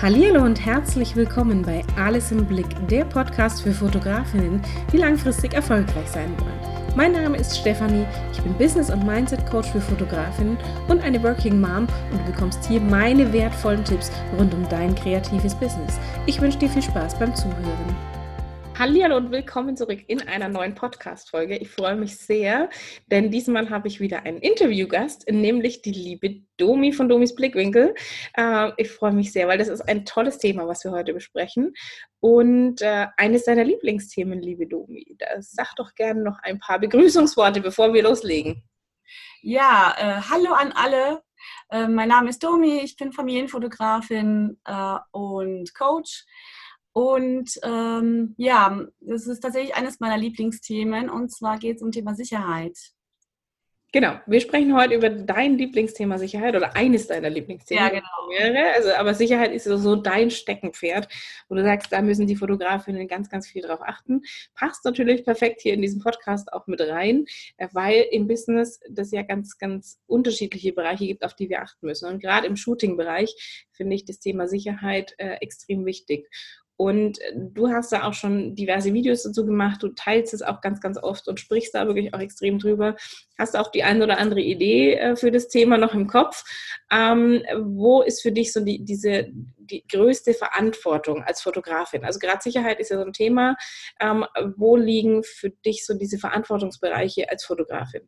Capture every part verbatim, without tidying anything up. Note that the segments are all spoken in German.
Hallihallo und herzlich willkommen bei Alles im Blick, der Podcast für Fotografinnen, die langfristig erfolgreich sein wollen. Mein Name ist Stefanie, ich bin Business- und Mindset-Coach für Fotografinnen und eine Working Mom und du bekommst hier meine wertvollen Tipps rund um dein kreatives Business. Ich wünsche dir viel Spaß beim Zuhören. Hallihallo und willkommen zurück in einer neuen Podcast-Folge. Ich freue mich sehr, denn diesmal habe ich wieder einen Interviewgast, nämlich die liebe Domi von Domis Blickwinkel. Äh, ich freue mich sehr, weil das ist ein tolles Thema, was wir heute besprechen und äh, eines deiner Lieblingsthemen, liebe Domi. Da sag doch gerne noch ein paar Begrüßungsworte, bevor wir loslegen. Ja, äh, hallo an alle. Äh, mein Name ist Domi, ich bin Familienfotografin äh, und Coach. Und ähm, ja, das ist tatsächlich eines meiner Lieblingsthemen, und zwar geht es um Thema Sicherheit. Genau, wir sprechen heute über dein Lieblingsthema Sicherheit oder eines deiner Lieblingsthemen. Ja, genau. Mehrere. Also, aber Sicherheit ist so dein Steckenpferd, wo du sagst, da müssen die Fotografinnen ganz, ganz viel drauf achten. Passt natürlich perfekt hier in diesem Podcast auch mit rein, weil im Business das ja ganz, ganz unterschiedliche Bereiche gibt, auf die wir achten müssen. Und gerade im Shooting-Bereich finde ich das Thema Sicherheit äh, extrem wichtig. Und du hast da auch schon diverse Videos dazu gemacht, du teilst es auch ganz, ganz oft und sprichst da wirklich auch extrem drüber. Hast auch die eine oder andere Idee äh, für das Thema noch im Kopf. Ähm, wo ist für dich so die, diese, die größte Verantwortung als Fotografin? Also gerade Sicherheit ist ja so ein Thema. Ähm, wo liegen für dich so diese Verantwortungsbereiche als Fotografin?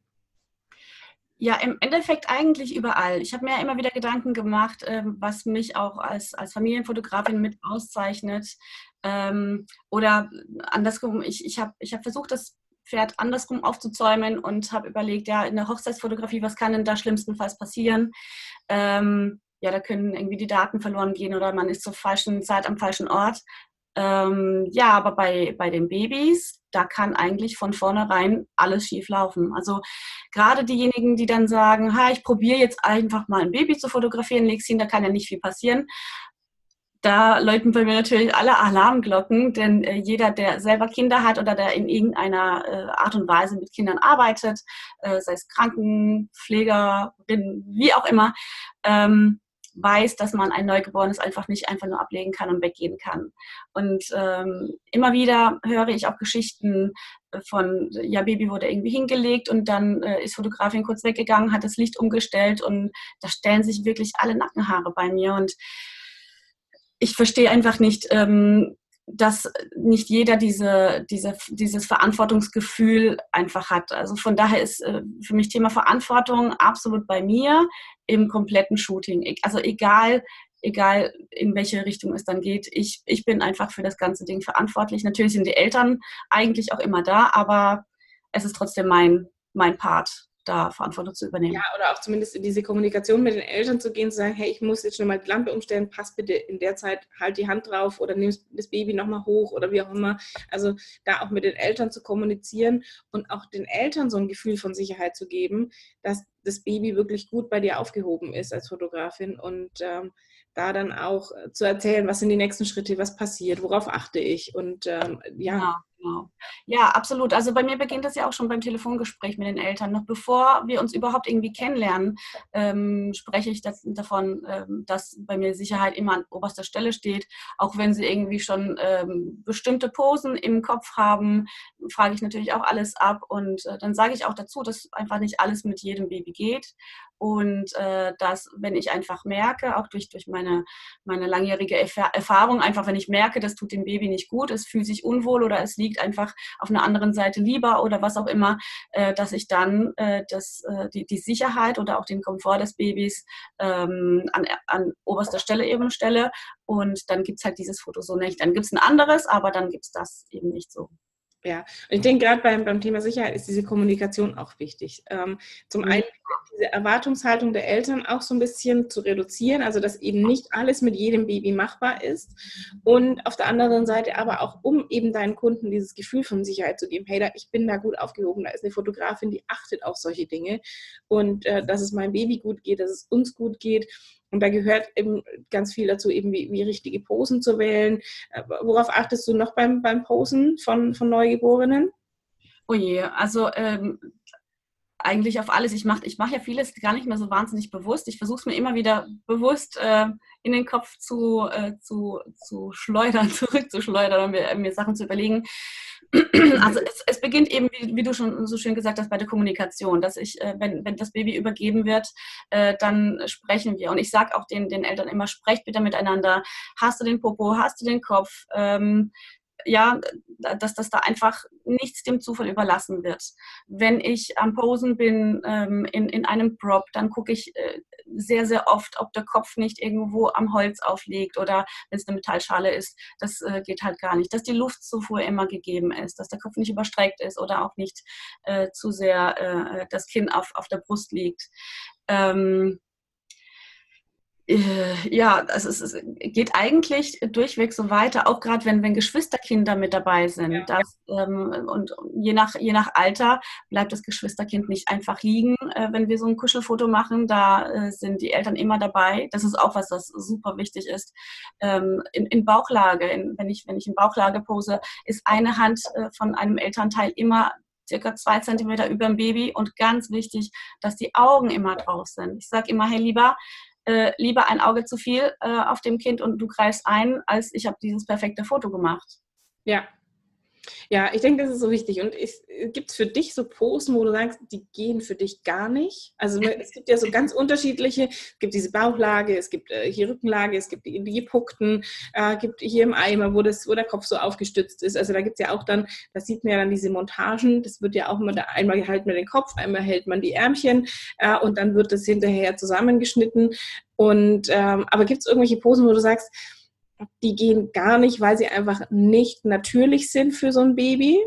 Ja, im Endeffekt eigentlich überall. Ich habe mir ja immer wieder Gedanken gemacht, ähm, was mich auch als, als Familienfotografin mit auszeichnet. Ähm, oder andersrum, ich, ich habe ich hab versucht, das Pferd andersrum aufzuzäumen und habe überlegt, ja, in der Hochzeitsfotografie, was kann denn da schlimmstenfalls passieren? Ähm, ja, da können irgendwie die Daten verloren gehen oder man ist zur falschen Zeit am falschen Ort. Ähm, ja, aber bei, bei den Babys, da kann eigentlich von vornherein alles schief laufen. Also gerade diejenigen, die dann sagen, ha, ich probiere jetzt einfach mal ein Baby zu fotografieren, leg's hin, da kann ja nicht viel passieren. Da läuten bei mir natürlich alle Alarmglocken, denn äh, jeder, der selber Kinder hat oder der in irgendeiner äh, Art und Weise mit Kindern arbeitet, äh, sei es Krankenpflegerin, wie auch immer, ähm, weiß, dass man ein Neugeborenes einfach nicht einfach nur ablegen kann und weggehen kann. Und ähm, immer wieder höre ich auch Geschichten von, ja, Baby wurde irgendwie hingelegt und dann äh, ist Fotografin kurz weggegangen, hat das Licht umgestellt und da stellen sich wirklich alle Nackenhaare bei mir. Und ich verstehe einfach nicht, ähm, dass nicht jeder diese, diese, dieses Verantwortungsgefühl einfach hat. Also von daher ist äh, für mich Thema Verantwortung absolut bei mir im kompletten Shooting. Also egal, egal in welche Richtung es dann geht, ich, ich bin einfach für das ganze Ding verantwortlich. Natürlich sind die Eltern eigentlich auch immer da, aber es ist trotzdem mein, mein Part, da Verantwortung zu übernehmen. Ja, oder auch zumindest in diese Kommunikation mit den Eltern zu gehen, zu sagen, hey, ich muss jetzt schon mal die Lampe umstellen, pass bitte in der Zeit, halt die Hand drauf oder nimm das Baby nochmal hoch oder wie auch immer. Also da auch mit den Eltern zu kommunizieren und auch den Eltern so ein Gefühl von Sicherheit zu geben, dass das Baby wirklich gut bei dir aufgehoben ist als Fotografin und ähm, da dann auch zu erzählen, was sind die nächsten Schritte, was passiert, worauf achte ich und ähm, ja. Genau. Genau. Ja, absolut. Also bei mir beginnt das ja auch schon beim Telefongespräch mit den Eltern. Noch bevor wir uns überhaupt irgendwie kennenlernen, ähm, spreche ich das, davon, ähm, dass bei mir Sicherheit immer an oberster Stelle steht. Auch wenn sie irgendwie schon ähm, bestimmte Posen im Kopf haben, frage ich natürlich auch alles ab. Und äh, dann sage ich auch dazu, dass einfach nicht alles mit jedem Baby geht. Und äh, dass, wenn ich einfach merke, auch durch, durch meine, meine langjährige Erf- Erfahrung, einfach wenn ich merke, das tut dem Baby nicht gut, es fühlt sich unwohl oder es liegt einfach auf einer anderen Seite lieber oder was auch immer, äh, dass ich dann äh, das, äh, die, die Sicherheit oder auch den Komfort des Babys ähm, an, an oberster Stelle eben stelle. Und dann gibt es halt dieses Foto so nicht. Dann gibt es ein anderes, aber dann gibt es das eben nicht so. Ja, und ich denke, gerade beim, beim Thema Sicherheit ist diese Kommunikation auch wichtig. Ähm, zum einen diese Erwartungshaltung der Eltern auch so ein bisschen zu reduzieren, also dass eben nicht alles mit jedem Baby machbar ist. Und auf der anderen Seite aber auch, um eben deinen Kunden dieses Gefühl von Sicherheit zu geben, hey, da, ich bin da gut aufgehoben, da ist eine Fotografin, die achtet auf solche Dinge und äh, dass es meinem Baby gut geht, dass es uns gut geht. Und da gehört eben ganz viel dazu, eben wie, wie richtige Posen zu wählen. Worauf achtest du noch beim, beim Posen von, von Neugeborenen? Oh je, also ähm, eigentlich auf alles. Ich mache ich mach ja vieles gar nicht mehr so wahnsinnig bewusst. Ich versuche es mir immer wieder bewusst äh, in den Kopf zu, äh, zu, zu schleudern, zurückzuschleudern und mir, mir Sachen zu überlegen. Also es, es beginnt eben, wie, wie du schon so schön gesagt hast, bei der Kommunikation, dass ich, äh, wenn, wenn das Baby übergeben wird, äh, dann sprechen wir. Und ich sage auch den, den Eltern immer, sprecht bitte miteinander. Hast du den Popo, hast du den Kopf? Ähm, ja, dass, dass da einfach nichts dem Zufall überlassen wird. Wenn ich am Posen bin ähm, in, in einem Prop, dann gucke ich äh, sehr, sehr oft, ob der Kopf nicht irgendwo am Holz aufliegt oder wenn es eine Metallschale ist, das äh, geht halt gar nicht. Dass die Luftzufuhr immer gegeben ist, dass der Kopf nicht überstreckt ist oder auch nicht äh, zu sehr äh, das Kinn auf, auf der Brust liegt. Ähm, Ja, also es, es geht eigentlich durchweg so weiter, auch gerade wenn, wenn Geschwisterkinder mit dabei sind. Ja. Das, ähm, und je nach, je nach Alter bleibt das Geschwisterkind nicht einfach liegen, äh, wenn wir so ein Kuschelfoto machen. Da äh, sind die Eltern immer dabei. Das ist auch was, was super wichtig ist. Ähm, in, in Bauchlage, in, wenn, ich, wenn ich in Bauchlage pose, ist eine Hand äh, von einem Elternteil immer circa zwei Zentimeter über dem Baby und ganz wichtig, dass die Augen immer drauf sind. Ich sage immer, hey, lieber Äh, lieber ein Auge zu viel äh, auf dem Kind und du greifst ein, als ich habe dieses perfekte Foto gemacht. Ja. Ja, ich denke, das ist so wichtig. Und gibt es für dich so Posen, wo du sagst, die gehen für dich gar nicht? Also es gibt ja so ganz unterschiedliche, es gibt diese Bauchlage, es gibt äh, hier Rückenlage, es gibt die, die gepuckten, äh, gibt hier im Eimer, wo, das, wo der Kopf so aufgestützt ist. Also da gibt es ja auch dann, da sieht man ja dann diese Montagen, das wird ja auch immer, da einmal hält man den Kopf, einmal hält man die Ärmchen äh, und dann wird das hinterher zusammengeschnitten. Und ähm, aber gibt es irgendwelche Posen, wo du sagst, die gehen gar nicht, weil sie einfach nicht natürlich sind für so ein Baby?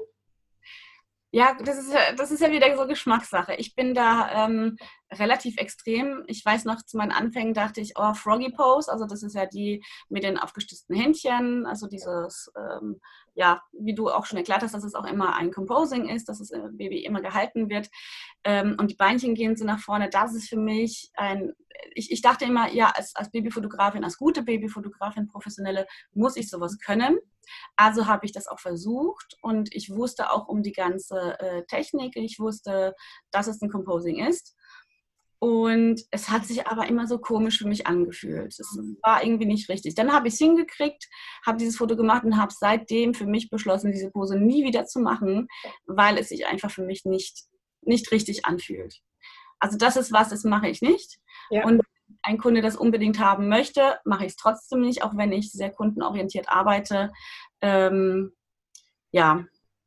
Ja, das ist ja, das ist ja wieder so Geschmackssache. Ich bin da ähm, relativ extrem. Ich weiß noch, zu meinen Anfängen dachte ich, oh, Froggy Pose, also das ist ja die mit den aufgestützten Händchen, also dieses, ähm, ja, wie du auch schon erklärt hast, dass es auch immer ein Composing ist, dass das Baby immer gehalten wird ähm, und die Beinchen gehen so nach vorne. Das ist für mich ein, ich, ich dachte immer, ja, als, als Babyfotografin, als gute Babyfotografin, professionelle, muss ich sowas können. Also habe ich das auch versucht und ich wusste auch um die ganze äh, Technik. Ich wusste, dass es ein Composing ist. Und es hat sich aber immer so komisch für mich angefühlt. Es war irgendwie nicht richtig. Dann habe ich es hingekriegt, habe dieses Foto gemacht und habe seitdem für mich beschlossen, diese Pose nie wieder zu machen, weil es sich einfach für mich nicht, nicht richtig anfühlt. Also das ist was, das mache ich nicht. Ja. Und ein Kunde das unbedingt haben möchte, mache ich es trotzdem nicht, auch wenn ich sehr kundenorientiert arbeite. Ähm, ja,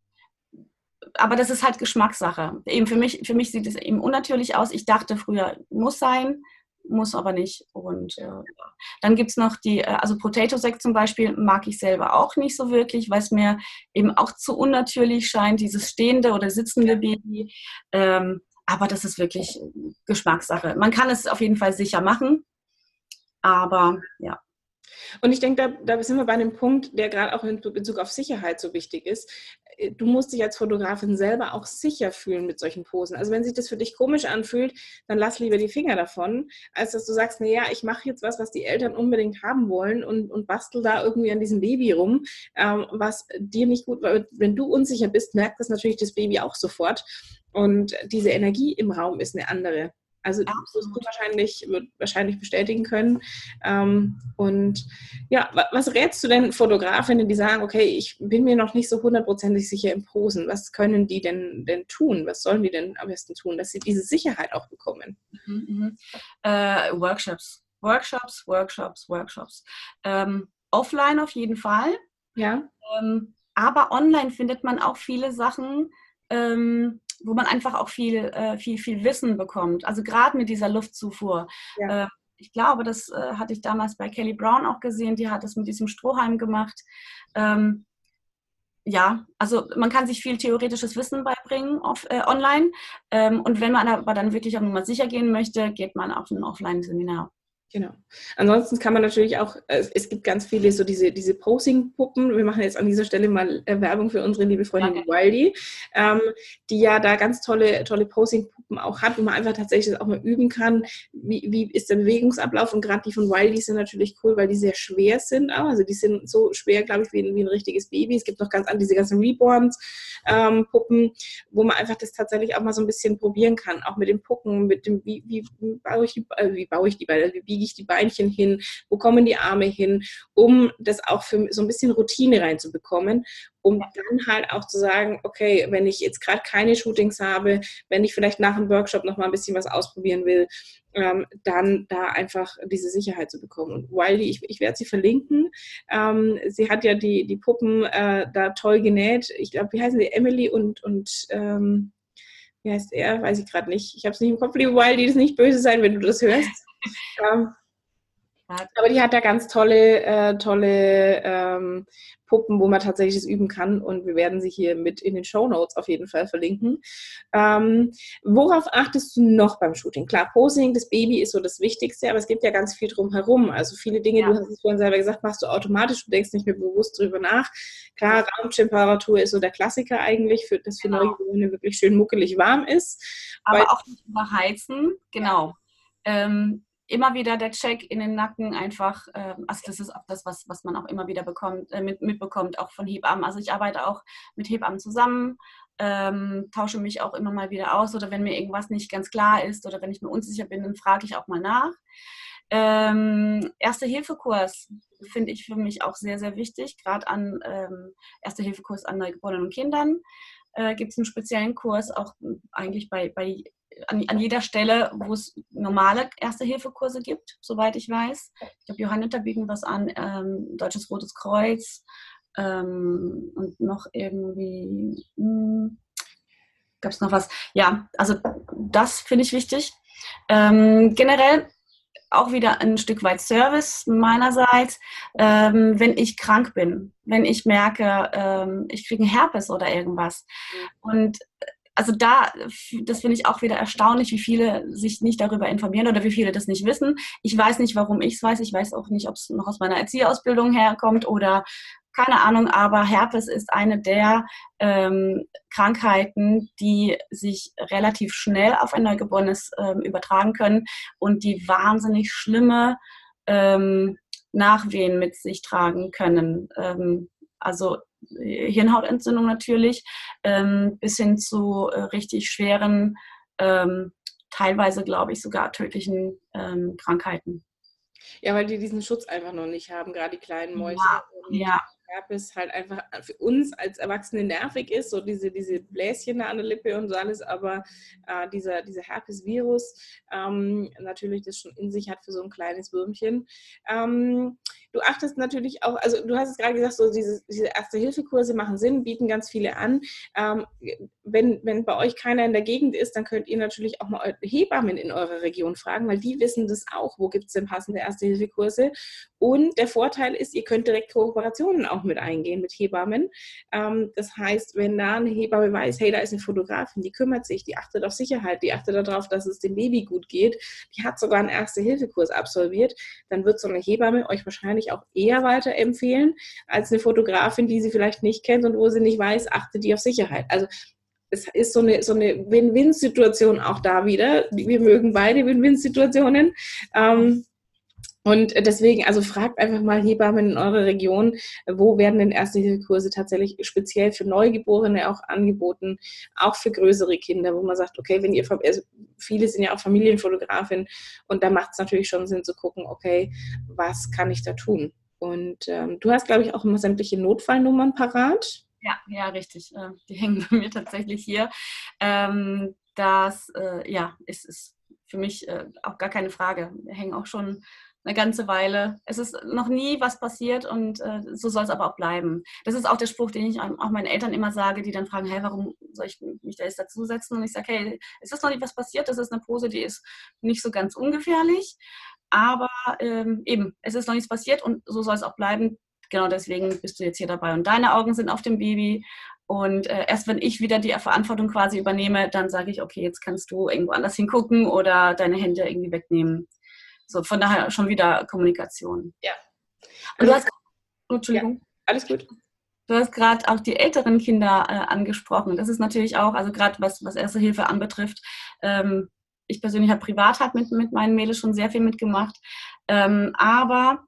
aber das ist halt Geschmackssache. Eben für mich, für mich sieht es eben unnatürlich aus. Ich dachte früher, muss sein, muss aber nicht. Und äh, dann gibt es noch die, also Potato Sack zum Beispiel mag ich selber auch nicht so wirklich, weil es mir eben auch zu unnatürlich scheint, dieses stehende oder sitzende Baby. Ähm, aber das ist wirklich Geschmackssache. Man kann es auf jeden Fall sicher machen, aber ja. Und ich denke, da, da sind wir bei einem Punkt, der gerade auch in Bezug auf Sicherheit so wichtig ist. Du musst dich als Fotografin selber auch sicher fühlen mit solchen Posen. Also wenn sich das für dich komisch anfühlt, dann lass lieber die Finger davon, als dass du sagst, naja, ich mache jetzt was, was die Eltern unbedingt haben wollen und, und bastel da irgendwie an diesem Baby rum, ähm, was dir nicht gut war. Wenn du unsicher bist, merkt das natürlich das Baby auch sofort. Und diese Energie im Raum ist eine andere. Also das wirst du wahrscheinlich, wahrscheinlich bestätigen können. Ähm, und ja, was rätst du denn Fotografinnen, die sagen, okay, ich bin mir noch nicht so hundertprozentig sicher im Posen. Was können die denn, denn tun? Was sollen die denn am besten tun, dass sie diese Sicherheit auch bekommen? Mhm, mhm. Äh, Workshops, Workshops, Workshops, Workshops. Ähm, offline auf jeden Fall. Ja. Ähm, aber online findet man auch viele Sachen, ähm, wo man einfach auch viel, äh, viel, viel Wissen bekommt. Also gerade mit dieser Luftzufuhr. Ja. Äh, ich glaube, das äh, hatte ich damals bei Kelly Brown auch gesehen, die hat das mit diesem Strohhalm gemacht. Ähm, ja, also man kann sich viel theoretisches Wissen beibringen auf, äh, online. Ähm, und wenn man aber dann wirklich auch nochmal sicher gehen möchte, geht man auf ein Offline-Seminar. Genau. Ansonsten kann man natürlich auch, es, es gibt ganz viele so diese, diese Posing-Puppen. Wir machen jetzt an dieser Stelle mal äh, Werbung für unsere liebe Freundin Okay. Wildy, ähm, die ja da ganz tolle, tolle Posing-Puppen auch hat, wo man einfach tatsächlich das auch mal üben kann. Wie, wie ist der Bewegungsablauf? Und gerade die von Wildy sind natürlich cool, weil die sehr schwer sind auch. Also die sind so schwer, glaube ich, wie ein, wie ein richtiges Baby. Es gibt noch ganz an diese ganzen Reborns-Puppen, ähm, wo man einfach das tatsächlich auch mal so ein bisschen probieren kann. Auch mit den Pucken, mit dem, wie, wie, wie baue ich die, äh, wie baue ich die Beine, wie biege ich die Beinchen hin, wo kommen die Arme hin, um das auch für so ein bisschen Routine reinzubekommen, um dann halt auch zu sagen, okay, wenn ich jetzt gerade keine Shootings habe, wenn ich vielleicht nach dem Workshop noch mal ein bisschen was ausprobieren will, ähm, dann da einfach diese Sicherheit zu bekommen. Und Wildy, ich, ich werde sie verlinken, ähm, sie hat ja die, die Puppen äh, da toll genäht. Ich glaube, wie heißen die? Emily und, und ähm, wie heißt er? Weiß ich gerade nicht. Ich habe es nicht im Kopf, liebe Wildy, das nicht böse sein, wenn du das hörst. ähm, Aber die hat da ganz tolle, äh, tolle ähm, Puppen, wo man tatsächlich das üben kann. Und wir werden sie hier mit in den Shownotes auf jeden Fall verlinken. Ähm, worauf achtest du noch beim Shooting? Klar, Posing, das Baby ist so das Wichtigste, aber es gibt ja ganz viel drumherum. Also viele Dinge, ja. Du hast es vorhin selber gesagt, machst du automatisch, du denkst nicht mehr bewusst drüber nach. Klar, Raumtemperatur ist so der Klassiker eigentlich, für, dass für genau. Neugeborene wirklich schön muckelig warm ist. Aber weil, auch nicht überheizen, genau. Ja. Ähm, Immer wieder der Check in den Nacken einfach, äh, also das ist auch das, was, was man auch immer wieder bekommt, äh, mit, mitbekommt, auch von Hebammen. Also ich arbeite auch mit Hebammen zusammen, ähm, tausche mich auch immer mal wieder aus oder wenn mir irgendwas nicht ganz klar ist oder wenn ich mir unsicher bin, dann frage ich auch mal nach. Ähm, Erste-Hilfe-Kurs finde ich für mich auch sehr, sehr wichtig, gerade an ähm, Erste-Hilfe-Kurs an neugeborenen Kindern. Äh, gibt es einen speziellen Kurs, auch eigentlich bei, bei An, an jeder Stelle, wo es normale Erste-Hilfe-Kurse gibt, soweit ich weiß. Ich glaube, Johanniter bieten was an, ähm, Deutsches Rotes Kreuz ähm, und noch irgendwie, gab es noch was? Ja, also das finde ich wichtig. Ähm, generell auch wieder ein Stück weit Service meinerseits, ähm, wenn ich krank bin, wenn ich merke, ähm, ich kriege einen Herpes oder irgendwas. Und also da, das finde ich auch wieder erstaunlich, wie viele sich nicht darüber informieren oder wie viele das nicht wissen. Ich weiß nicht, warum ich es weiß. Ich weiß auch nicht, ob es noch aus meiner Erzieherausbildung herkommt oder keine Ahnung, aber Herpes ist eine der ähm, Krankheiten, die sich relativ schnell auf ein Neugeborenes ähm, übertragen können und die wahnsinnig schlimme ähm, Nachwehen mit sich tragen können. Ähm, also Hirnhautentzündung natürlich, ähm, bis hin zu äh, richtig schweren, ähm, teilweise glaube ich sogar tödlichen ähm, Krankheiten. Ja, weil die diesen Schutz einfach noch nicht haben, gerade die kleinen Mäuse. Ja, und ja. Herpes halt einfach für uns als Erwachsene nervig ist, so diese, diese Bläschen da an der Lippe und so alles, aber äh, dieser, dieser Herpes-Virus ähm, natürlich das schon in sich hat für so ein kleines Würmchen. Ähm, du achtest natürlich auch, also du hast es gerade gesagt, so diese, diese Erste-Hilfe-Kurse machen Sinn, bieten ganz viele an. Ähm, wenn, wenn bei euch keiner in der Gegend ist, dann könnt ihr natürlich auch mal Hebammen in eurer Region fragen, weil die wissen das auch, wo gibt es denn passende Erste-Hilfe-Kurse. Und der Vorteil ist, ihr könnt direkt Kooperationen auch mit eingehen mit Hebammen. Ähm, das heißt, wenn da eine Hebamme weiß, hey, da ist eine Fotografin, die kümmert sich, die achtet auf Sicherheit, die achtet darauf, dass es dem Baby gut geht, die hat sogar einen Erste-Hilfe-Kurs absolviert, dann wird so eine Hebamme euch wahrscheinlich auch eher weiterempfehlen als eine Fotografin, die sie vielleicht nicht kennt und wo sie nicht weiß, achtet die auf Sicherheit. Also es ist so eine, so eine Win-Win-Situation auch da wieder. Wir mögen beide Win-Win-Situationen. Ähm, Und deswegen, also fragt einfach mal Hebammen in eurer Region, wo werden denn Erste-Hilfe-Kurse tatsächlich speziell für Neugeborene auch angeboten, auch für größere Kinder, wo man sagt, okay, wenn ihr, also viele sind ja auch Familienfotografin und da macht es natürlich schon Sinn zu gucken, okay, was kann ich da tun? Und ähm, du hast, glaube ich, auch immer sämtliche Notfallnummern parat. Ja, ja, richtig. Die hängen bei mir tatsächlich hier. Ähm, das, äh, ja, ist, ist für mich äh, auch gar keine Frage. Wir hängen auch schon eine ganze Weile. Es ist noch nie was passiert und äh, so soll es aber auch bleiben. Das ist auch der Spruch, den ich auch meinen Eltern immer sage, die dann fragen, hey, warum soll ich mich da jetzt dazusetzen? Und ich sage, hey, es ist noch nie was passiert, das ist eine Pose, die ist nicht so ganz ungefährlich, aber ähm, eben, es ist noch nichts passiert und so soll es auch bleiben. Genau deswegen bist du jetzt hier dabei und deine Augen sind auf dem Baby. Und äh, erst wenn ich wieder die Verantwortung quasi übernehme, dann sage ich, okay, jetzt kannst du irgendwo anders hingucken oder deine Hände irgendwie wegnehmen. So, von daher schon wieder Kommunikation. Ja. Und du hast, oh, Entschuldigung. Ja, alles gut. Du hast gerade auch die älteren Kinder äh, angesprochen. Das ist natürlich auch, also gerade was, was Erste Hilfe anbetrifft, ähm, ich persönlich habe privat halt mit, mit meinen Mädels schon sehr viel mitgemacht. Ähm, aber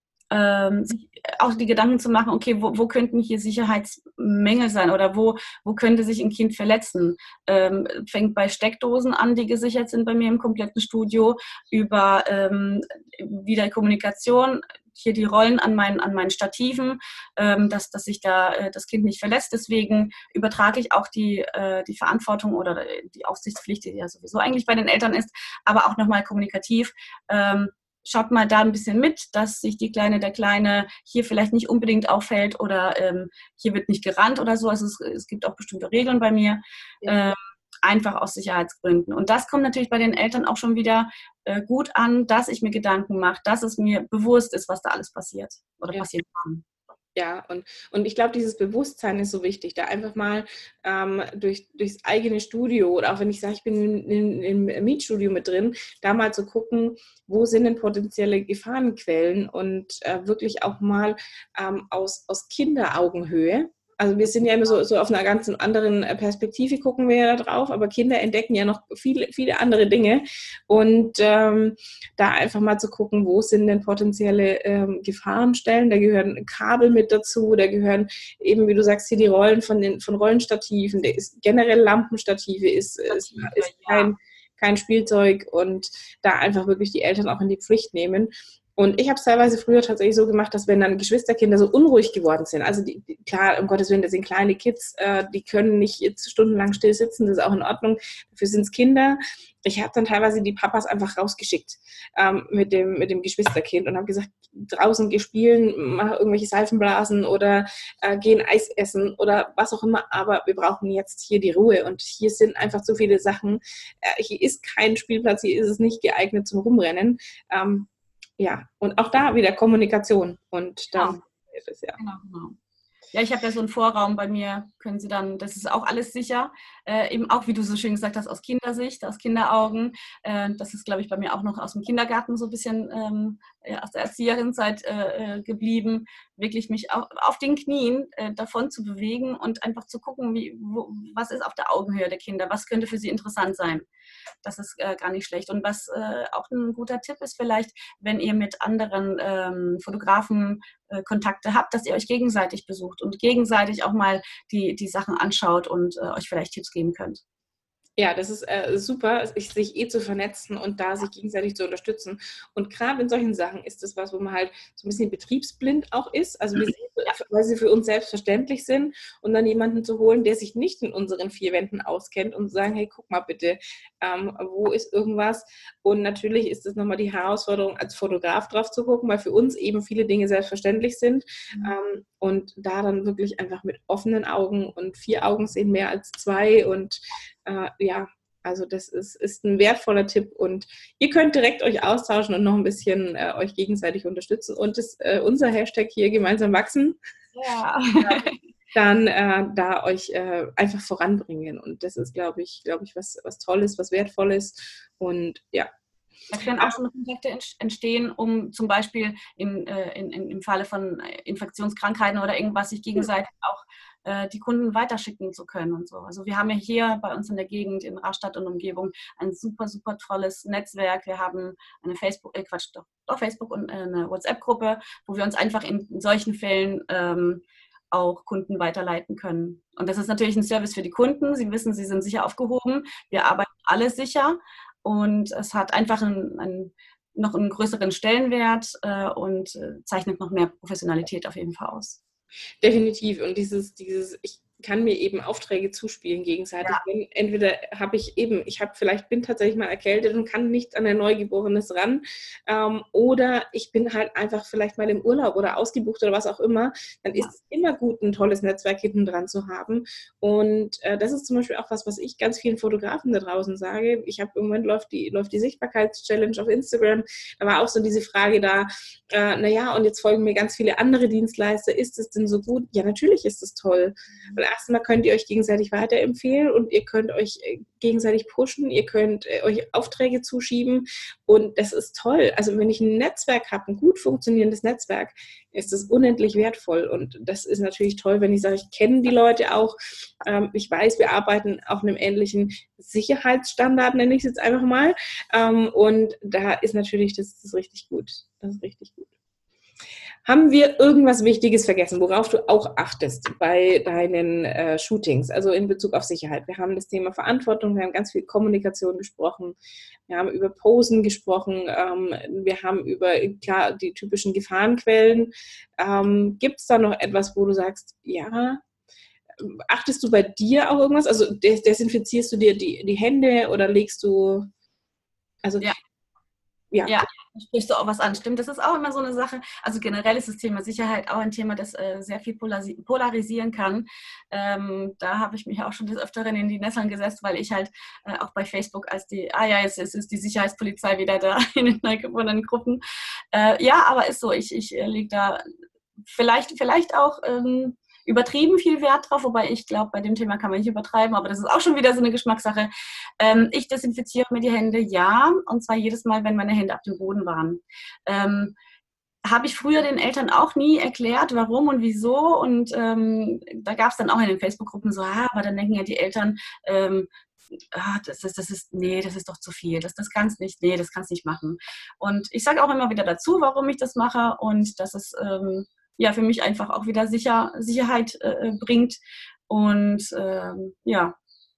ähm, sich auch die Gedanken zu machen, okay, wo, wo könnten hier Sicherheitsmängel sein oder wo, wo könnte sich ein Kind verletzen? Ähm, fängt bei Steckdosen an, die gesichert sind bei mir im kompletten Studio, über ähm, wieder Kommunikation, hier die Rollen an meinen, an meinen Stativen, ähm, dass, dass sich da äh, das Kind nicht verletzt. Deswegen übertrage ich auch die, äh, die Verantwortung oder die Aufsichtspflicht, die ja sowieso eigentlich bei den Eltern ist, aber auch nochmal kommunikativ. Ähm, Schaut mal da ein bisschen mit, dass sich die Kleine, der Kleine hier vielleicht nicht unbedingt auffällt oder ähm, hier wird nicht gerannt oder so. Also es, es gibt auch bestimmte Regeln bei mir, ja. ähm, einfach aus Sicherheitsgründen. Und das kommt natürlich bei den Eltern auch schon wieder äh, gut an, dass ich mir Gedanken mache, dass es mir bewusst ist, was da alles passiert oder ja. passieren kann. Ja, und, und ich glaube, dieses Bewusstsein ist so wichtig, da einfach mal ähm, durch, durchs eigene Studio oder auch wenn ich sage, ich bin in, in, im Mietstudio mit drin, da mal zu gucken, wo sind denn potenzielle Gefahrenquellen und äh, wirklich auch mal ähm, aus, aus Kinderaugenhöhe. Also wir sind ja immer so, so auf einer ganz anderen Perspektive, gucken wir ja da drauf, aber Kinder entdecken ja noch viele, viele andere Dinge. Und ähm, da einfach mal zu gucken, wo sind denn potenzielle ähm, Gefahrenstellen. Da gehören Kabel mit dazu, da gehören eben, wie du sagst, hier die Rollen von den von Rollenstativen, der ist generell Lampenstative, ist, ist, ist kein, kein Spielzeug und da einfach wirklich die Eltern auch in die Pflicht nehmen. Und ich habe es teilweise früher tatsächlich so gemacht, dass wenn dann Geschwisterkinder so unruhig geworden sind, also die, die, klar, um Gottes Willen, das sind kleine Kids, äh, die können nicht jetzt stundenlang still sitzen, das ist auch in Ordnung, dafür sind es Kinder. Ich habe dann teilweise die Papas einfach rausgeschickt ähm, mit, dem, mit dem Geschwisterkind und habe gesagt, draußen geh spielen, mach irgendwelche Seifenblasen oder äh, gehen Eis essen oder was auch immer, aber wir brauchen jetzt hier die Ruhe und hier sind einfach zu viele Sachen. Äh, hier ist kein Spielplatz, hier ist es nicht geeignet zum Rumrennen. Ähm, Ja, und auch da wieder Kommunikation. Und dann genau. Ist es ja. Genau, genau. Ja, ich habe ja so einen Vorraum bei mir, können Sie dann, das ist auch alles sicher, äh, eben auch, wie du so schön gesagt hast, aus Kindersicht, aus Kinderaugen. Äh, das ist, glaube ich, bei mir auch noch aus dem Kindergarten so ein bisschen ähm, ja, aus der Erzieherinzeit äh, geblieben, wirklich mich auf, auf den Knien äh, davon zu bewegen und einfach zu gucken, wie, wo, was ist auf der Augenhöhe der Kinder, was könnte für sie interessant sein. Das ist äh, gar nicht schlecht. Und was äh, auch ein guter Tipp ist vielleicht, wenn ihr mit anderen ähm, Fotografen äh, Kontakte habt, dass ihr euch gegenseitig besucht und gegenseitig auch mal die, die Sachen anschaut und äh, euch vielleicht Tipps geben könnt. Ja, das ist äh, super, sich eh zu vernetzen und da sich gegenseitig zu unterstützen. Und gerade in solchen Sachen ist das was, wo man halt so ein bisschen betriebsblind auch ist, also wir sehen, weil sie für uns selbstverständlich sind und dann jemanden zu holen, der sich nicht in unseren vier Wänden auskennt und zu sagen, hey, guck mal bitte, ähm, wo ist irgendwas? Und natürlich ist es nochmal die Herausforderung, als Fotograf drauf zu gucken, weil für uns eben viele Dinge selbstverständlich sind mhm. ähm, und da dann wirklich einfach mit offenen Augen und vier Augen sehen mehr als zwei und äh, ja, also das ist, ist ein wertvoller Tipp und ihr könnt direkt euch austauschen und noch ein bisschen äh, euch gegenseitig unterstützen und das, äh, unser Hashtag hier gemeinsam wachsen, ja. dann äh, da euch äh, einfach voranbringen und das ist, glaube ich, glaube ich, was, was Tolles, was Wertvolles und ja. Da können auch schon Kontakte entstehen, um zum Beispiel in, in, in, im Falle von Infektionskrankheiten oder irgendwas sich gegenseitig auch äh, die Kunden weiterschicken zu können und so. Also wir haben ja hier bei uns in der Gegend, in Rastatt und Umgebung, ein super, super tolles Netzwerk. Wir haben eine Facebook, äh Quatsch, doch, doch Facebook und eine WhatsApp-Gruppe, wo wir uns einfach in solchen Fällen ähm, auch Kunden weiterleiten können. Und das ist natürlich ein Service für die Kunden. Sie wissen, sie sind sicher aufgehoben. Wir arbeiten alle sicher. Und es hat einfach einen, einen, noch einen größeren Stellenwert äh, und äh, zeichnet noch mehr Professionalität auf jeden Fall aus. Definitiv. Und dieses, dieses, ich kann mir eben Aufträge zuspielen gegenseitig. Ja. Wenn, entweder habe ich eben, ich habe vielleicht bin tatsächlich mal erkältet und kann nicht an ein Neugeborenes ran, ähm, oder ich bin halt einfach vielleicht mal im Urlaub oder ausgebucht oder was auch immer, dann ist es immer gut, ein tolles Netzwerk hinten dran zu haben. Und äh, das ist zum Beispiel auch was, was ich ganz vielen Fotografen da draußen sage. Ich habe im Moment läuft die, läuft die Sichtbarkeitschallenge auf Instagram. Da war auch so diese Frage da, äh, naja, und jetzt folgen mir ganz viele andere Dienstleister. Ist es denn so gut? Ja, natürlich ist es toll. Weil erstmal könnt ihr euch gegenseitig weiterempfehlen und ihr könnt euch gegenseitig pushen, ihr könnt euch Aufträge zuschieben und das ist toll. Also wenn ich ein Netzwerk habe, ein gut funktionierendes Netzwerk, ist das unendlich wertvoll und das ist natürlich toll, wenn ich sage, ich kenne die Leute auch, ähm, ich weiß, wir arbeiten auf einem ähnlichen Sicherheitsstandard, nenne ich es jetzt einfach mal, ähm, und da ist natürlich, das, das ist richtig gut, das ist richtig gut. Haben wir irgendwas Wichtiges vergessen, worauf du auch achtest bei deinen äh, Shootings, also in Bezug auf Sicherheit? Wir haben das Thema Verantwortung, wir haben ganz viel Kommunikation gesprochen, wir haben über Posen gesprochen, ähm, wir haben über, klar, die typischen Gefahrenquellen. Ähm, gibt es da noch etwas, wo du sagst, ja, achtest du bei dir auch irgendwas? Also des- desinfizierst du dir die, die Hände oder legst du, also Ja. ja. Ja, da sprichst du auch was an. Stimmt, das ist auch immer so eine Sache. Also generell ist das Thema Sicherheit auch ein Thema, das äh, sehr viel polarisi- polarisieren kann. Ähm, da habe ich mich auch schon des Öfteren in die Nesseln gesetzt, weil ich halt äh, auch bei Facebook als die, ah ja, jetzt ist, ist die Sicherheitspolizei wieder da in den neugeborenen Gruppen. Äh, ja, aber ist so, ich, ich äh, lege da vielleicht, vielleicht auch ähm, übertrieben viel Wert drauf, wobei ich glaube, bei dem Thema kann man nicht übertreiben, aber das ist auch schon wieder so eine Geschmackssache. Ähm, ich desinfiziere mir die Hände, ja, und zwar jedes Mal, wenn meine Hände auf dem Boden waren. Ähm, habe ich früher den Eltern auch nie erklärt, warum und wieso. Und ähm, da gab es dann auch in den Facebook-Gruppen so, ah, aber dann denken ja die Eltern, ähm, ah, das ist, das ist, nee, das ist doch zu viel, das, das kannst nicht, nee, das kannst nicht machen. Und ich sage auch immer wieder dazu, warum ich das mache und dass es ähm, ja für mich einfach auch wieder sicher, Sicherheit äh, bringt. Und ähm, ja,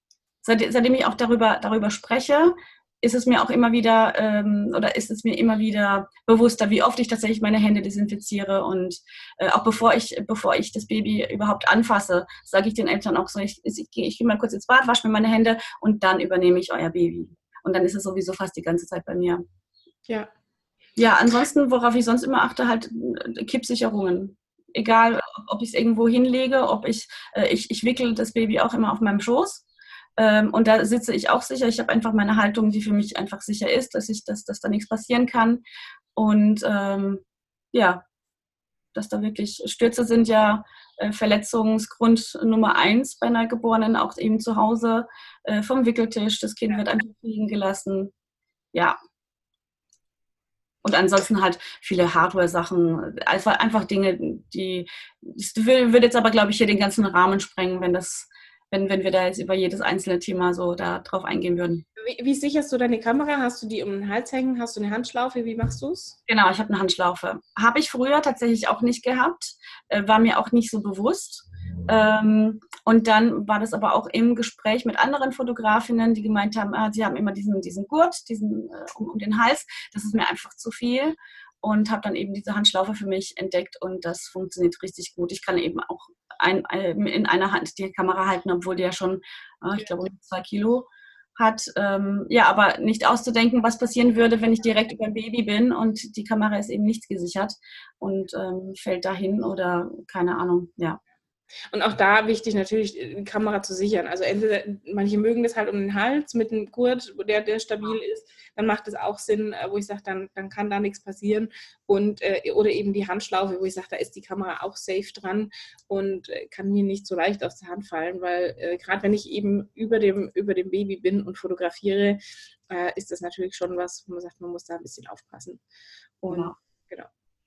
seit, seitdem ich auch darüber, darüber spreche, ist es mir auch immer wieder ähm, oder ist es mir immer wieder bewusster, wie oft ich tatsächlich meine Hände desinfiziere und äh, auch bevor ich, bevor ich das Baby überhaupt anfasse, sage ich den Eltern auch so, ich, ich, ich gehe mal kurz ins Bad, wasche mir meine Hände und dann übernehme ich euer Baby. Und dann ist es sowieso fast die ganze Zeit bei mir. Ja. Ja, ansonsten, worauf ich sonst immer achte, halt äh, Kippsicherungen. Egal, ob ich es irgendwo hinlege, ob ich, äh, ich, ich wickel das Baby auch immer auf meinem Schoß. Ähm, und da sitze ich auch sicher. Ich habe einfach meine Haltung, die für mich einfach sicher ist, dass ich, dass, dass da nichts passieren kann. Und ähm, ja, dass da wirklich Stürze sind ja äh, Verletzungsgrund Nummer eins bei Neugeborenen, auch eben zu Hause äh, vom Wickeltisch. Das Kind wird einfach liegen gelassen. Ja. Und ansonsten halt viele Hardware-Sachen, einfach, einfach Dinge, die, das würde jetzt aber, glaube ich, hier den ganzen Rahmen sprengen, wenn das, wenn, wenn wir da jetzt über jedes einzelne Thema so da drauf eingehen würden. Wie, wie sicherst du deine Kamera? Hast du die um den Hals hängen? Hast du eine Handschlaufe? Wie machst du es? Genau, ich habe eine Handschlaufe. Habe ich früher tatsächlich auch nicht gehabt, äh, war mir auch nicht so bewusst. Ähm, und dann war das aber auch im Gespräch mit anderen Fotografinnen, die gemeint haben, ah, sie haben immer diesen, diesen Gurt diesen, äh, um, um den Hals. Das ist mir einfach zu viel. Und habe dann eben diese Handschlaufe für mich entdeckt und das funktioniert richtig gut. Ich kann eben auch ein, ein, in einer Hand die Kamera halten, obwohl die ja schon, äh, ich glaube, zwei Kilo hat. Ähm, ja, aber nicht auszudenken, was passieren würde, wenn ich direkt über ein Baby bin und die Kamera ist eben nicht gesichert und ähm, fällt dahin oder keine Ahnung, ja. Und auch da wichtig natürlich, die Kamera zu sichern. Also entweder, manche mögen das halt um den Hals mit einem Gurt, der, der stabil ist, dann macht es auch Sinn, wo ich sage, dann, dann kann da nichts passieren. Und, äh, oder eben die Handschlaufe, wo ich sage, da ist die Kamera auch safe dran und äh, kann mir nicht so leicht aus der Hand fallen, weil äh, gerade wenn ich eben über dem, über dem Baby bin und fotografiere, äh, ist das natürlich schon was, wo man sagt, man muss da ein bisschen aufpassen. Und Genau. genau.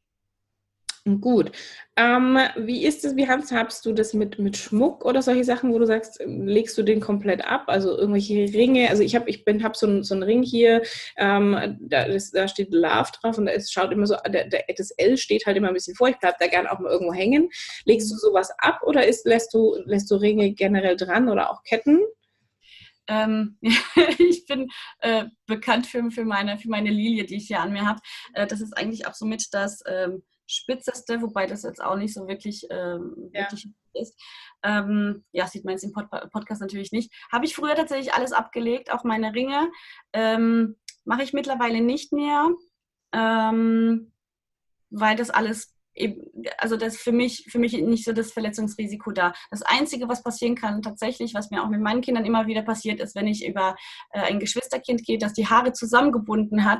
Gut. Ähm, wie ist es, wie handhabst du das mit, mit Schmuck oder solche Sachen, wo du sagst, legst du den komplett ab? Also irgendwelche Ringe, also ich habe ich bin habe so, ein, so einen Ring hier, ähm, da, das, da steht Love drauf und es schaut immer so, der, der, das L steht halt immer ein bisschen vor, ich bleibe da gerne auch mal irgendwo hängen. Legst du sowas ab oder ist, lässt du, lässt du Ringe generell dran oder auch Ketten? Ähm, ich bin äh, bekannt für, für, meine, für meine Lilie, die ich hier an mir habe. Äh, das ist eigentlich auch somit das ähm, Spitzeste, wobei das jetzt auch nicht so wirklich, ähm, Ja. wirklich ist. Ähm, ja, sieht man jetzt im Pod Podcast natürlich nicht. Habe ich früher tatsächlich alles abgelegt, auch meine Ringe. Ähm, mache ich mittlerweile nicht mehr, ähm, weil das alles eben, also das ist für mich, für mich nicht so das Verletzungsrisiko da. Das Einzige, was passieren kann, tatsächlich, was mir auch mit meinen Kindern immer wieder passiert, ist, wenn ich über äh, ein Geschwisterkind gehe, das die Haare zusammengebunden hat,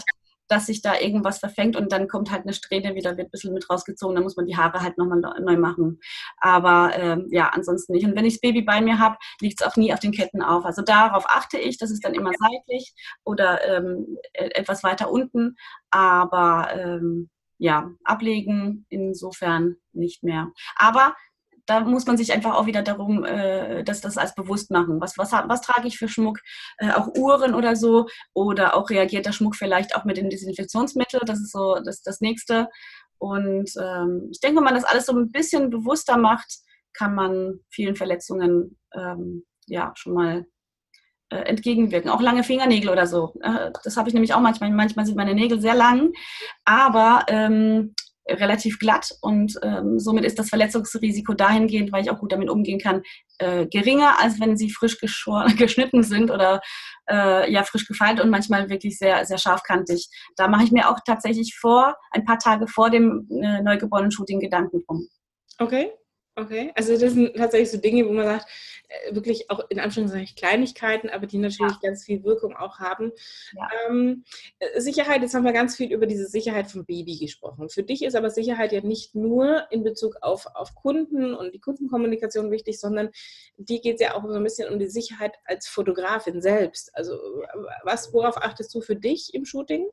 dass sich da irgendwas verfängt und dann kommt halt eine Strähne wieder, wird ein bisschen mit rausgezogen, dann muss man die Haare halt nochmal neu machen. Aber ähm, ja, ansonsten nicht. Und wenn ich das Baby bei mir habe, liegt es auch nie auf den Ketten auf. Also darauf achte ich, das ist dann immer seitlich oder ähm, etwas weiter unten. Aber ähm, ja, ablegen insofern nicht mehr. Aber da muss man sich einfach auch wieder darum, äh, dass das als bewusst machen. Was, was, was trage ich für Schmuck? Äh, auch Uhren oder so. Oder auch reagiert der Schmuck vielleicht auch mit dem Desinfektionsmittel. Das ist so das, das Nächste. Und ähm, ich denke, wenn man das alles so ein bisschen bewusster macht, kann man vielen Verletzungen ähm, ja schon mal äh, entgegenwirken. Auch lange Fingernägel oder so. Äh, das habe ich nämlich auch manchmal. Manchmal sind meine Nägel sehr lang, aber ähm, relativ glatt und ähm, somit ist das Verletzungsrisiko dahingehend, weil ich auch gut damit umgehen kann, äh, geringer, als wenn sie frisch geschnitten sind oder äh, ja frisch gefeilt und manchmal wirklich sehr, sehr scharfkantig. Da mache ich mir auch tatsächlich vor, ein paar Tage vor dem äh, Neugeborenen-Shooting Gedanken drum. Okay. Okay, also das sind tatsächlich so Dinge, wo man sagt, äh, wirklich auch in Anführungszeichen Kleinigkeiten, aber die natürlich ja. ganz viel Wirkung auch haben. Ja. Ähm, Sicherheit, jetzt haben wir ganz viel über diese Sicherheit vom Baby gesprochen. Für dich ist aber Sicherheit ja nicht nur in Bezug auf, auf Kunden und die Kundenkommunikation wichtig, sondern dir geht es ja auch so ein bisschen um die Sicherheit als Fotografin selbst. Also was, worauf achtest du für dich im Shooting?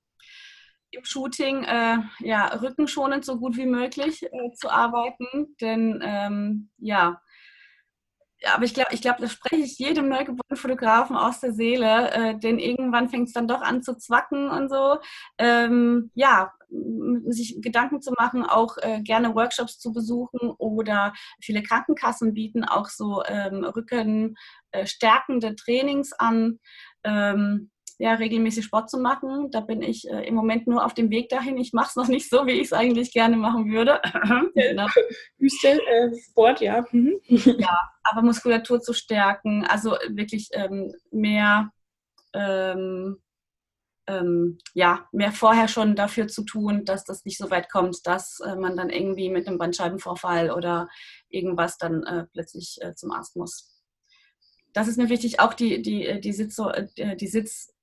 Im Shooting äh, ja, rückenschonend so gut wie möglich äh, zu arbeiten, denn ähm, ja, ja, aber ich glaube, ich glaub, das spreche ich jedem neugeborenen Fotografen aus der Seele, äh, denn irgendwann fängt es dann doch an zu zwacken und so. Ähm, ja, sich Gedanken zu machen, auch äh, gerne Workshops zu besuchen oder viele Krankenkassen bieten auch so ähm, rückenstärkende Trainings an. Ähm, ja, regelmäßig Sport zu machen. Da bin ich äh, im Moment nur auf dem Weg dahin. Ich mache es noch nicht so, wie ich es eigentlich gerne machen würde. Wüste, äh, Sport, ja. Mhm. Ja, aber Muskulatur zu stärken, also wirklich ähm, mehr, ähm, ähm, ja, mehr vorher schon dafür zu tun, dass das nicht so weit kommt, dass äh, man dann irgendwie mit einem Bandscheibenvorfall oder irgendwas dann äh, plötzlich äh, zum Arzt muss. Das ist mir wichtig, auch die, die, die, Sitz, die Sitz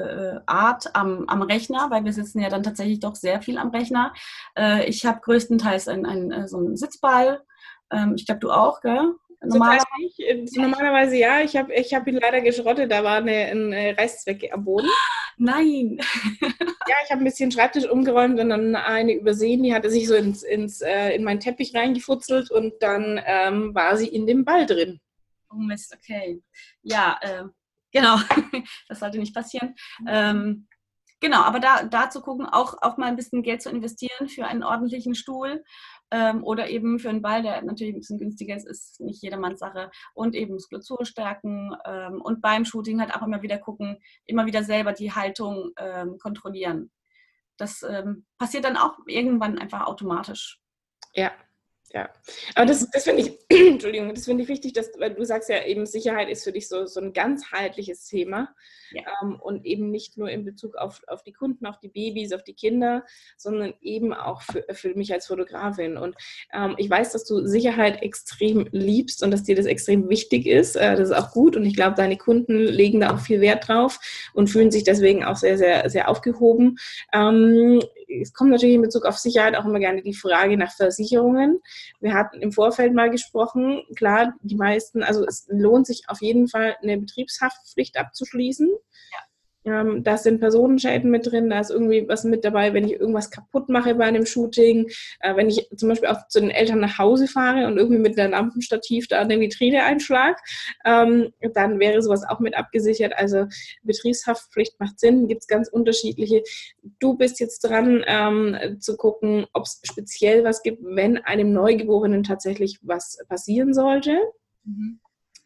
Art am, am Rechner, weil wir sitzen ja dann tatsächlich doch sehr viel am Rechner. Äh, ich habe größtenteils ein, ein, so einen Sitzball. Ähm, ich glaube, du auch, gell? Normalerweise, normalerweise ja. Ich habe ich hab ihn leider geschrottet. Da war eine, eine Reißzwecke am Boden. Nein. Ja, ich habe ein bisschen Schreibtisch umgeräumt und dann eine übersehen. Die hatte sich so ins, ins, äh, in meinen Teppich reingefutzelt und dann ähm, war sie in dem Ball drin. Oh Mist, okay. Ja, äh, genau. Das sollte nicht passieren. Ähm, genau, aber da, da zu gucken, auch, auch mal ein bisschen Geld zu investieren für einen ordentlichen Stuhl ähm, oder eben für einen Ball, der natürlich ein bisschen günstiger ist, ist nicht jedermanns Sache. Und eben Muskulatur stärken ähm, und beim Shooting halt auch immer wieder gucken, immer wieder selber die Haltung ähm, kontrollieren. Das ähm, passiert dann auch irgendwann einfach automatisch. Ja. Ja, aber das, das finde ich, Entschuldigung, das finde ich wichtig, dass, weil du sagst ja eben, Sicherheit ist für dich so, so ein ganzheitliches Thema ja. ähm, und eben nicht nur in Bezug auf, auf die Kunden, auf die Babys, auf die Kinder, sondern eben auch für, für mich als Fotografin. Und ähm, ich weiß, dass du Sicherheit extrem liebst und dass dir das extrem wichtig ist. Äh, das ist auch gut und ich glaube, deine Kunden legen da auch viel Wert drauf und fühlen sich deswegen auch sehr, sehr, sehr aufgehoben. Ähm, es kommt natürlich in Bezug auf Sicherheit auch immer gerne die Frage nach Versicherungen. Wir hatten im Vorfeld mal gesprochen, klar, die meisten, also es lohnt sich auf jeden Fall, eine Betriebshaftpflicht abzuschließen. Ja. Ähm, da sind Personenschäden mit drin, da ist irgendwie was mit dabei, wenn ich irgendwas kaputt mache bei einem Shooting, äh, wenn ich zum Beispiel auch zu den Eltern nach Hause fahre und irgendwie mit einem Lampenstativ da eine Vitrine einschlag, ähm, dann wäre sowas auch mit abgesichert. Also Betriebshaftpflicht macht Sinn, gibt es ganz unterschiedliche. Du bist jetzt dran, ähm, zu gucken, ob es speziell was gibt, wenn einem Neugeborenen tatsächlich was passieren sollte. Mhm.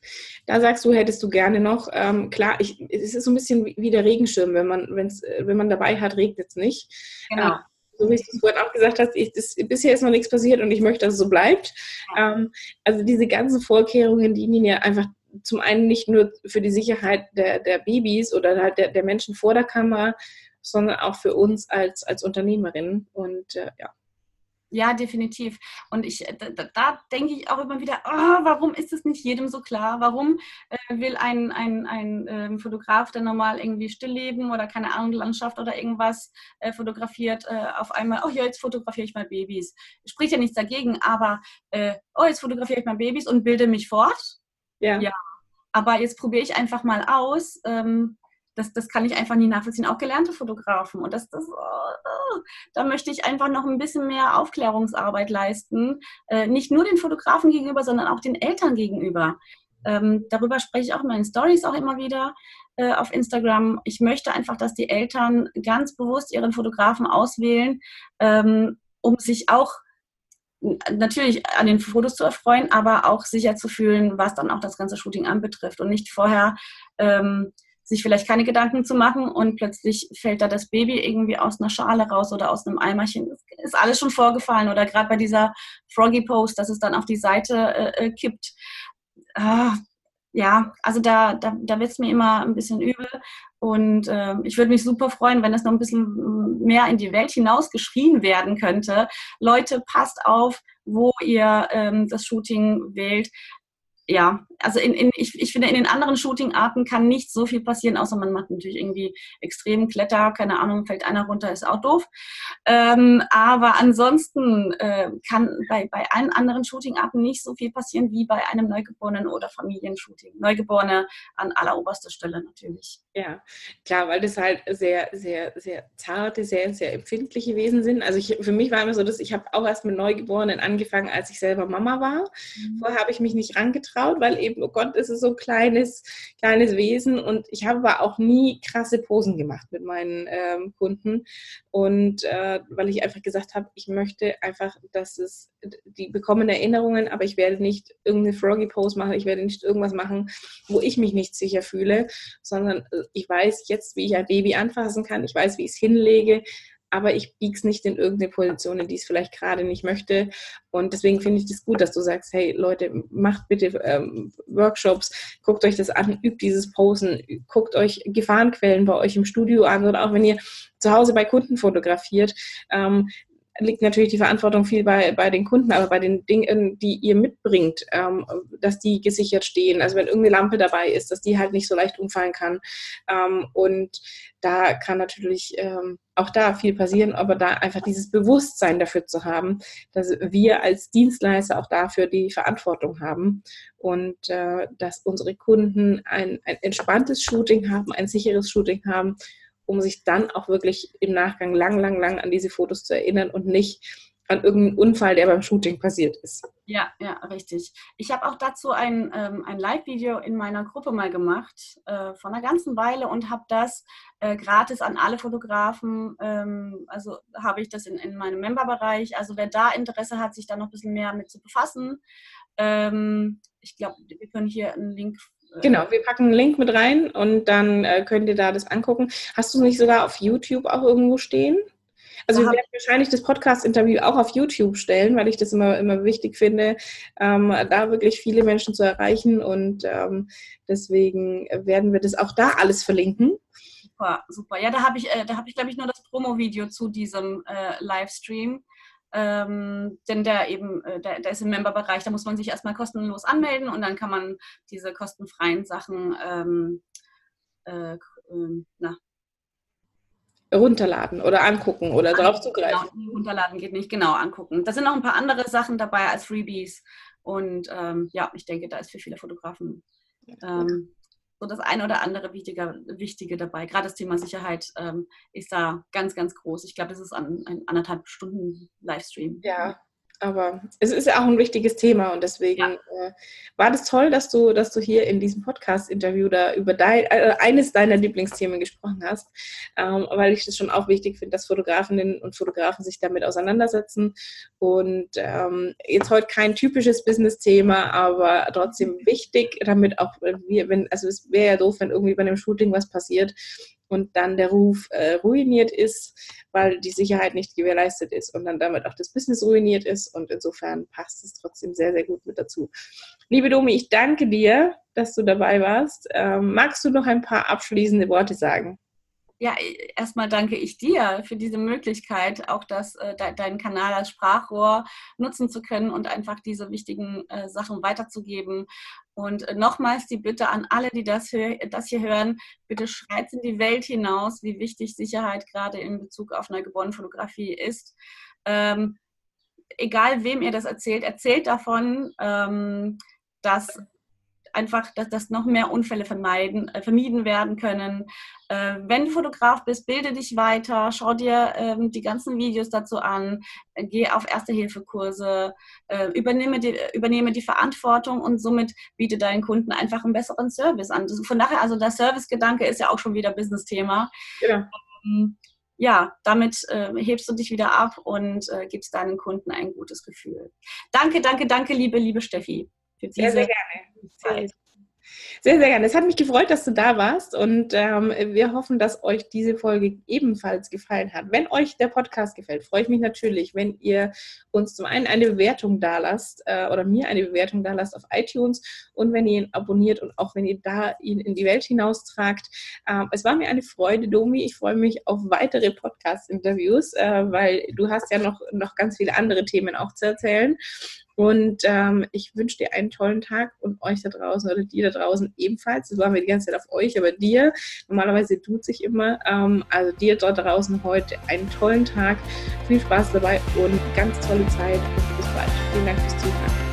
Da sagst du, hättest du gerne noch, ähm, klar, ich, es ist so ein bisschen wie, wie der Regenschirm, wenn man, wenn's, wenn man dabei hat, regnet es nicht. Genau. Ähm, so wie du es vorhin auch gesagt hast, ich, das, bisher ist noch nichts passiert und ich möchte, dass es so bleibt. Ähm, also diese ganzen Vorkehrungen dienen ja einfach zum einen nicht nur für die Sicherheit der, der Babys oder halt der, der Menschen vor der Kamera, sondern auch für uns als, als Unternehmerin. Und äh, ja. Ja, definitiv. Und ich, da, da denke ich auch immer wieder, oh, warum ist es nicht jedem so klar? Warum äh, will ein, ein, ein äh, Fotograf, der normal irgendwie Stillleben oder keine Ahnung, Landschaft oder irgendwas äh, fotografiert, äh, auf einmal, oh ja, jetzt fotografiere ich mal Babys. Spricht ja nichts dagegen, aber äh, oh, jetzt fotografiere ich mal Babys und bilde mich fort. Ja. Ja, aber jetzt probiere ich einfach mal aus. Ähm, Das, das kann ich einfach nie nachvollziehen, auch gelernte Fotografen. Und das, das, oh, da möchte ich einfach noch ein bisschen mehr Aufklärungsarbeit leisten. Äh, nicht nur den Fotografen gegenüber, sondern auch den Eltern gegenüber. Ähm, darüber spreche ich auch in meinen Stories auch immer wieder äh, auf Instagram. Ich möchte einfach, dass die Eltern ganz bewusst ihren Fotografen auswählen, ähm, um sich auch natürlich an den Fotos zu erfreuen, aber auch sicher zu fühlen, was dann auch das ganze Shooting anbetrifft und nicht vorher ähm, sich vielleicht keine Gedanken zu machen und plötzlich fällt da das Baby irgendwie aus einer Schale raus oder aus einem Eimerchen. Das ist alles schon vorgefallen oder gerade bei dieser Froggy Pose, dass es dann auf die Seite äh, kippt. Ah, ja, also da, da, da wird es mir immer ein bisschen übel und äh, ich würde mich super freuen, wenn das noch ein bisschen mehr in die Welt hinaus geschrien werden könnte. Leute, passt auf, wo ihr ähm, das Shooting wählt. Ja, also in, in, ich, ich finde, in den anderen Shooting-Arten kann nicht so viel passieren, außer man macht natürlich irgendwie extremen Kletter, keine Ahnung, fällt einer runter, ist auch doof. Ähm, aber ansonsten äh, kann bei, bei allen anderen Shooting-Arten nicht so viel passieren wie bei einem Neugeborenen oder Familienshooting. Neugeborene an alleroberster Stelle natürlich. Ja, klar, weil das halt sehr, sehr, sehr zarte, sehr, sehr empfindliche Wesen sind. Also ich, für mich war immer so, dass ich habe auch erst mit Neugeborenen angefangen, als ich selber Mama war. Mhm. Vorher habe ich mich nicht rangetraut, weil eben, oh Gott, es ist so ein kleines, kleines Wesen und ich habe aber auch nie krasse Posen gemacht mit meinen ähm, Kunden und äh, weil ich einfach gesagt habe, ich möchte einfach, dass es, die bekommen Erinnerungen, aber ich werde nicht irgendeine Froggy-Pose machen, ich werde nicht irgendwas machen, wo ich mich nicht sicher fühle, sondern ich weiß jetzt, wie ich ein Baby anfassen kann, ich weiß, wie ich es hinlege, aber ich biege es nicht in irgendeine Position, in die es vielleicht gerade nicht möchte. Und deswegen finde ich das gut, dass du sagst, hey Leute, macht bitte ähm, Workshops, guckt euch das an, übt dieses Posen, guckt euch Gefahrenquellen bei euch im Studio an oder auch wenn ihr zu Hause bei Kunden fotografiert, ähm, liegt natürlich die Verantwortung viel bei, bei den Kunden, aber bei den Dingen, die ihr mitbringt, ähm, dass die gesichert stehen. Also wenn irgendeine Lampe dabei ist, dass die halt nicht so leicht umfallen kann. Ähm, und da kann natürlich ähm, auch da viel passieren, aber da einfach dieses Bewusstsein dafür zu haben, dass wir als Dienstleister auch dafür die Verantwortung haben und äh, dass unsere Kunden ein, ein entspanntes Shooting haben, ein sicheres Shooting haben, um sich dann auch wirklich im Nachgang lang, lang, lang an diese Fotos zu erinnern und nicht an irgendeinen Unfall, der beim Shooting passiert ist. Ja, ja, richtig. Ich habe auch dazu ein, ähm, ein Live-Video in meiner Gruppe mal gemacht, äh, vor einer ganzen Weile und habe das äh, gratis an alle Fotografen, ähm, also habe ich das in, in meinem Member-Bereich. Also wer da Interesse hat, sich da noch ein bisschen mehr mit zu befassen, ähm, ich glaube, wir können hier einen Link. Genau, wir packen einen Link mit rein und dann äh, könnt ihr da das angucken. Hast du es nicht sogar auf YouTube auch irgendwo stehen? Also wir werden wahrscheinlich das Podcast-Interview auch auf YouTube stellen, weil ich das immer, immer wichtig finde, ähm, da wirklich viele Menschen zu erreichen und ähm, deswegen werden wir das auch da alles verlinken. Super, super. Ja, da habe ich, äh, da habe ich, glaube ich, nur das Promo-Video zu diesem äh, Livestream. Ähm, denn der eben, äh, der, der ist im Member-Bereich, da muss man sich erstmal kostenlos anmelden und dann kann man diese kostenfreien Sachen ähm, äh, äh, na, runterladen oder angucken oder darauf zugreifen. Genau, runterladen geht nicht, genau, angucken. Da sind noch ein paar andere Sachen dabei als Freebies und ähm, ja, ich denke, da ist für viele Fotografen ähm, so das eine oder andere Wichtige, Wichtige dabei. Gerade das Thema Sicherheit ähm, ist da ganz, ganz groß. Ich glaube, das ist ein, ein anderthalb Stunden Livestream. Ja, aber es ist ja auch ein wichtiges Thema und deswegen ja. äh, war das toll, dass du, dass du hier in diesem Podcast-Interview da über dein, äh, eines deiner Lieblingsthemen gesprochen hast, ähm, weil ich das schon auch wichtig finde, dass Fotografinnen und Fotografen sich damit auseinandersetzen und ähm, jetzt heute kein typisches Business-Thema, aber trotzdem wichtig, damit auch wir, wenn, also es wäre ja doof, wenn irgendwie bei einem Shooting was passiert und dann der Ruf äh, ruiniert ist, weil die Sicherheit nicht gewährleistet ist und dann damit auch das Business ruiniert ist und insofern passt es trotzdem sehr, sehr gut mit dazu. Liebe Domi, ich danke dir, dass du dabei warst. Ähm, magst du noch ein paar abschließende Worte sagen? Ja, erstmal danke ich dir für diese Möglichkeit, auch das, äh, de, deinen Kanal als Sprachrohr nutzen zu können und einfach diese wichtigen äh, Sachen weiterzugeben. Und äh, nochmals die Bitte an alle, die das, hör, das hier hören, bitte schreit in die Welt hinaus, wie wichtig Sicherheit gerade in Bezug auf Neugeborenenfotografie ist. Ähm, egal, wem ihr das erzählt, erzählt davon, ähm, dass einfach, dass, dass noch mehr Unfälle vermeiden, äh, vermieden werden können. Äh, wenn du Fotograf bist, bilde dich weiter, schau dir ähm, die ganzen Videos dazu an, äh, geh auf Erste-Hilfe-Kurse, äh, übernehme, die, übernehme die Verantwortung und somit biete deinen Kunden einfach einen besseren Service an. Das, von daher, also der Service-Gedanke ist ja auch schon wieder Business-Thema. Genau. Ähm, ja, damit äh, hebst du dich wieder ab und äh, gibst deinen Kunden ein gutes Gefühl. Danke, danke, danke, liebe, liebe Steffi. Für diese sehr, sehr gerne. Zeit. Sehr, sehr gerne. Es hat mich gefreut, dass du da warst und ähm, wir hoffen, dass euch diese Folge ebenfalls gefallen hat. Wenn euch der Podcast gefällt, freue ich mich natürlich, wenn ihr uns zum einen eine Bewertung dalasst äh, oder mir eine Bewertung dalasst auf iTunes und wenn ihr ihn abonniert und auch wenn ihr da ihn in die Welt hinaustragt. Ähm, es war mir eine Freude, Domi. Ich freue mich auf weitere Podcast-Interviews, äh, weil du hast ja noch, noch ganz viele andere Themen auch zu erzählen. Und ähm, ich wünsche dir einen tollen Tag und euch da draußen oder dir da draußen ebenfalls. Das waren wir die ganze Zeit auf euch, aber dir. Normalerweise tut sich immer. Ähm, also dir da draußen heute einen tollen Tag. Viel Spaß dabei und ganz tolle Zeit. Und bis bald. Vielen Dank fürs Zuhören.